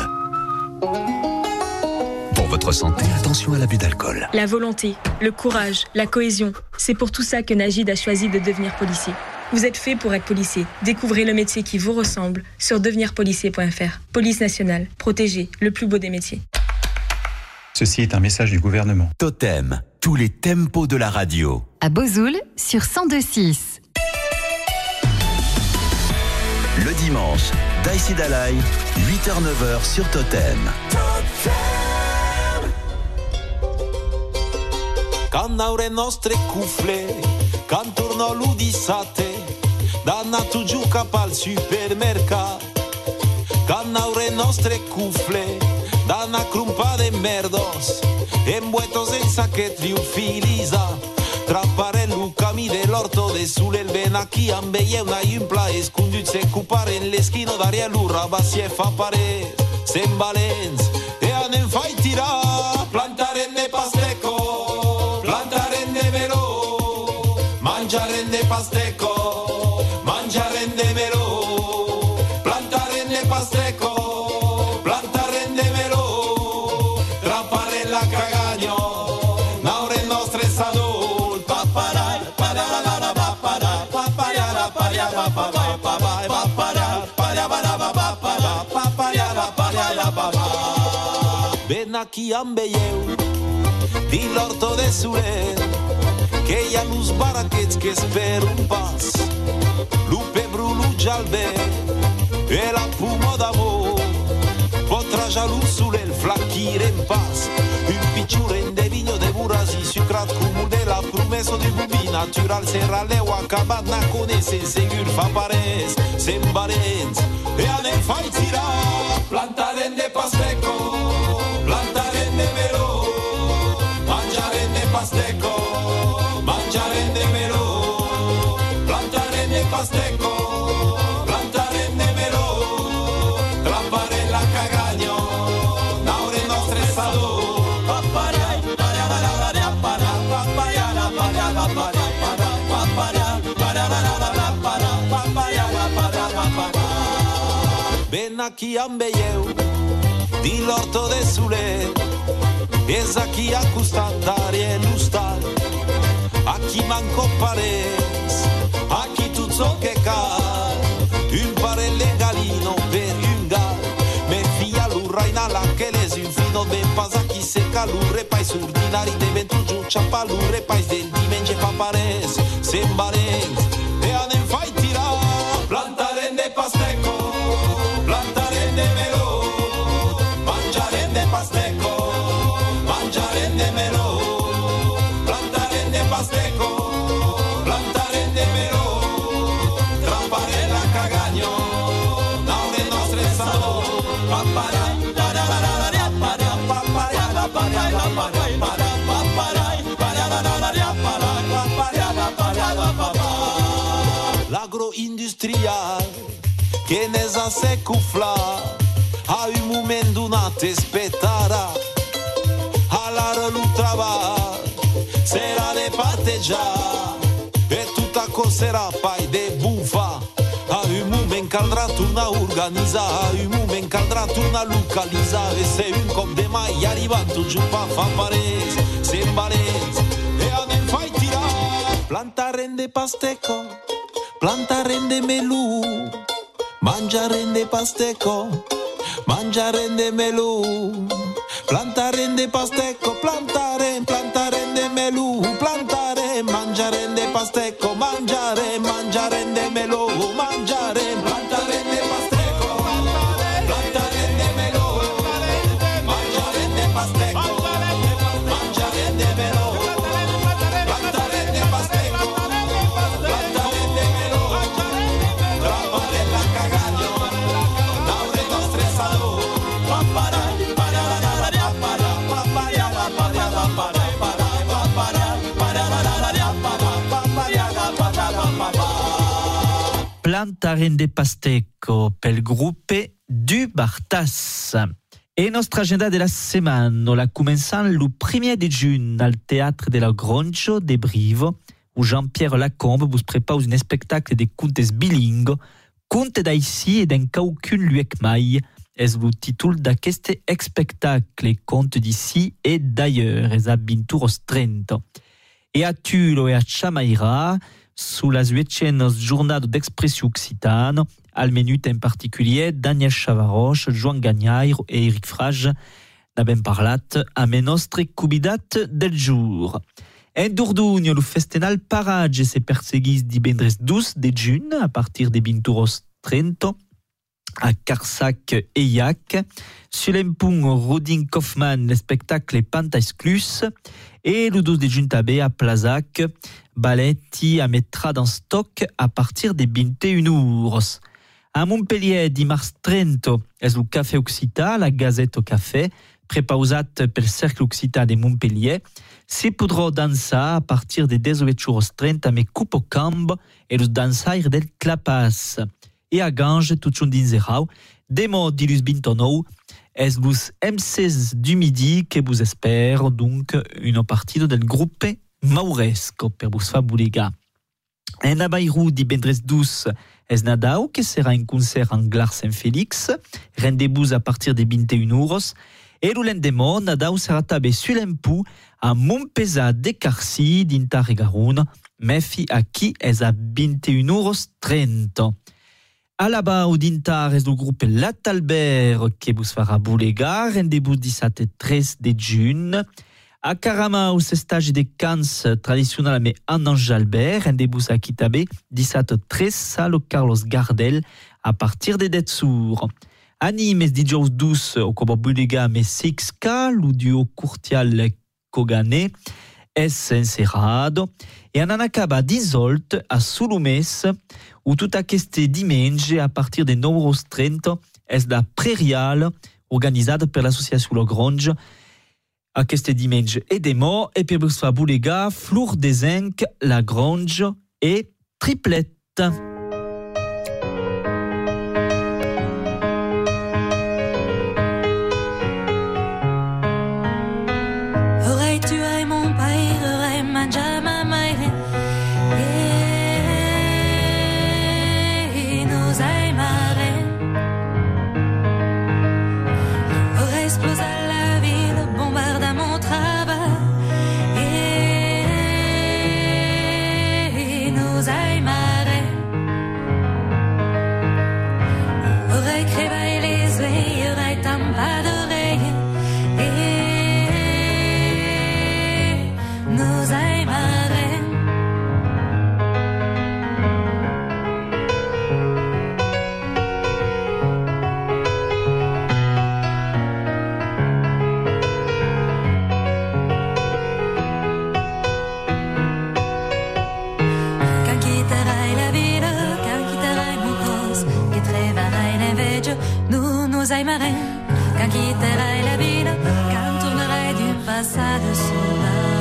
Pour votre santé, attention à l'abus d'alcool. La volonté, le courage, la cohésion. C'est pour tout ça que Najid a choisi de devenir policier. Vous êtes fait pour être policier. Découvrez le métier qui vous ressemble sur devenir policier point fr. Police nationale, protégée, le plus beau des métiers. Ceci est un message du gouvernement. Totem, tous les tempos de la radio. À Bozoul, sur cent deux six. Le dimanche, Daïsi Dalai, huit heures neuf heures sur Totem. Quand aure nostre cuffle, quand torno l'udissate, dannato giù cap al supermercato. Quand aure nostre cuffle, danna crumpa de merdos, embuetos en sachet riufilisa. Trapparello cami dell'orto de sul el benacchi ambeie una impla escunduzze cupare in l'eschino d'aria l'urra bassi e fa pare sembalens e anen fai tirà plantare ne pasteco plantare ne velo mangiare ne pasteco mangiare ne velo plantare ne pasteco plantare ne velo trappare la cagagno naure nostre sado Benaki ambeieu di l'orto de Surer che hi ha los baraquets que espero un pas lupe brulu jalbe e la puma d'amor potra jalou sul el flacchire en pas un picciuren de vigno de burasi sucrat cumul de la promesso de bubi natural serraleu acabat na conese segur fa pares sembarens e anem fai tira plantaren de pasteco plantaren de melo mangiaren de pasteco mangiaren de melo plantaren de pasteco plantaren de melo Ben aqui ambeieu Di l'orto de Sule Es aqui a custantare e lustar Aqui manco pares Aqui tutto che car Un pare legalino per un gar Me fia l'urraina la che les un fino ben pas aqui seca l'urre pais ordinari de ventu giù ciappa l'urre pais del dimenge papares sembarens e anem fai tirar plantaren de pasteco plantaren de melò mangiaren de pasteco mangiaren de melò plantaren de pasteco plantaren de melò tramparen la cagagno naure nostre salo papara L'agroindustrial che ne sa se cufla a un moment donat espetara a la relutrava sera de parteggiar e tutta cosera pai de bufa a un moment caldrà tornar a organizzar a un moment caldrà tornar a localizzar e se un cop de mai arribat tu giù pa fa pares sembarens e anem fai tirar plantaren de pasteco plantaren de melù mangiaren de pasteco mangiaren de melù plantaren de pasteco plantaren plantaren de melù plantaren mangiaren de pasteco mangiaren mangiaren de melù mangiaren plantaren de pasteco plantaren de melù mangiaren de pasteco mangiaren de melù plantaren de pasteco plantaren de melù tramparen la cagagno naure nostre salo papara Plantaren de Pasteco pel gruppe du Bartas. E nostra agenda de la setmana la començant le premier de juin al Teatre de la Groncho de Brivo, où Jean-Pierre Lacombe vous prépare un spectacle de contes bilingues, contes d'ici et d'un caucun luec mai, es le títol d'aquest spectacle, contes d'ici et d'ailleurs, es a vinturos trenta. E a Tulo e a Chamaira, sulla duecentes giornate d'expression occitane, al menut en particulier Daniel Chavaroche, Joan Gagnaire et Eric Frage n'abem parlat a me nostre cubidat del jour. En Dordogne, le festenal Parage se perseguis divendres douze de juin a partir de vinturos trenta a Carsac e Iac. Sur l'empung Rodin Kaufmann, le spectacle Panta Exclus. Et le douze de juin també a Plazac, Baletti a mettra dans stock a partir de vingt et une heures. A Montpellier, dimarts trenta, és el Cafè Occità, la Gazette au Café, prepausat pel Cercle Occità de Montpellier. Si podrà dansar a partir de dix-huit heures trenta me Cupo Camp e los dansaires del Clapas. E a Gange, tot un dinzerau, demo dilus vingt-nou, es vos M seize du midi que vous espère donc une partie del groupe Mauresco per vos fa bulega. En Abairou divendres douze es Nadau que sera un concert en Glar Saint-Félix, rendez-vous à partir de vingt et une heures. Et le lendemain, Nadau sera tabé sur l'empou à Montpesa de Carcy d'Intar et Garonne, mefi a qui es à vingt et une heures trenta. À la bas au dintar es le groupe L'Atalbert que vous fera boulega, rendez-vous dix-sept et treize de juin. A Caramau, ce stage de Cans traditionnel mais en Ange-Albert, rendez-vous à Kitabé, dix-sept et treize salle Carlos Gardel à partir de Detsour. A Nîmes, dix-huit douze au Cobo Boulega mais six K, l'audio Courtial Kogané, es encerrado. Et en Anacaba d'Isolt à Souloumès, où tout aquest dimanche à partir de neuf heures trenta es la prairiale organisada per l'associació La Gronge aquest dimanche et demà et per vos fa boulega Flour des Zinc, La Gronge et Triplette. Aurais-tu aimé mon père, aurais mangé ma mère. Et nous aimerons nous aimerait, quand quitterait la ville, quand tournerait d'une façade sauvage.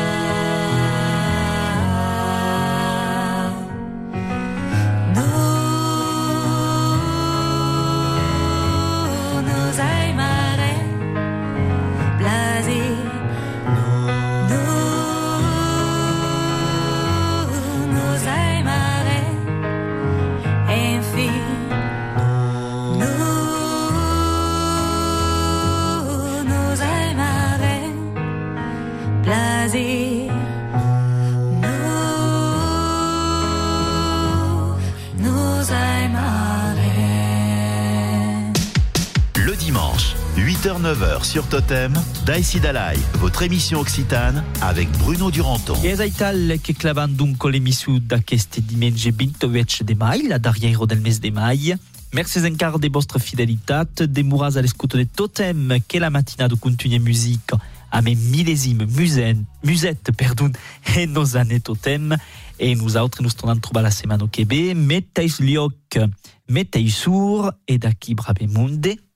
Le dimanche, huit heures neuf heures sur Totem, Daisy Dalai, votre émission occitane avec Bruno Duranton. E aital che clavant dunque l'emissió d'aquest diumenge veintiotto de mai, la darrière del mes de mai. Merci encara de vostra fidelitat, demoraz a l'escuto de Totem, che la matinada continue musique a mes millésime musen, musette, perdon, e nos années Totem. Et nous autres, nous tornons trobar la setmana que ve, metteis lloc, metteis sur, e d'aquí brave monde.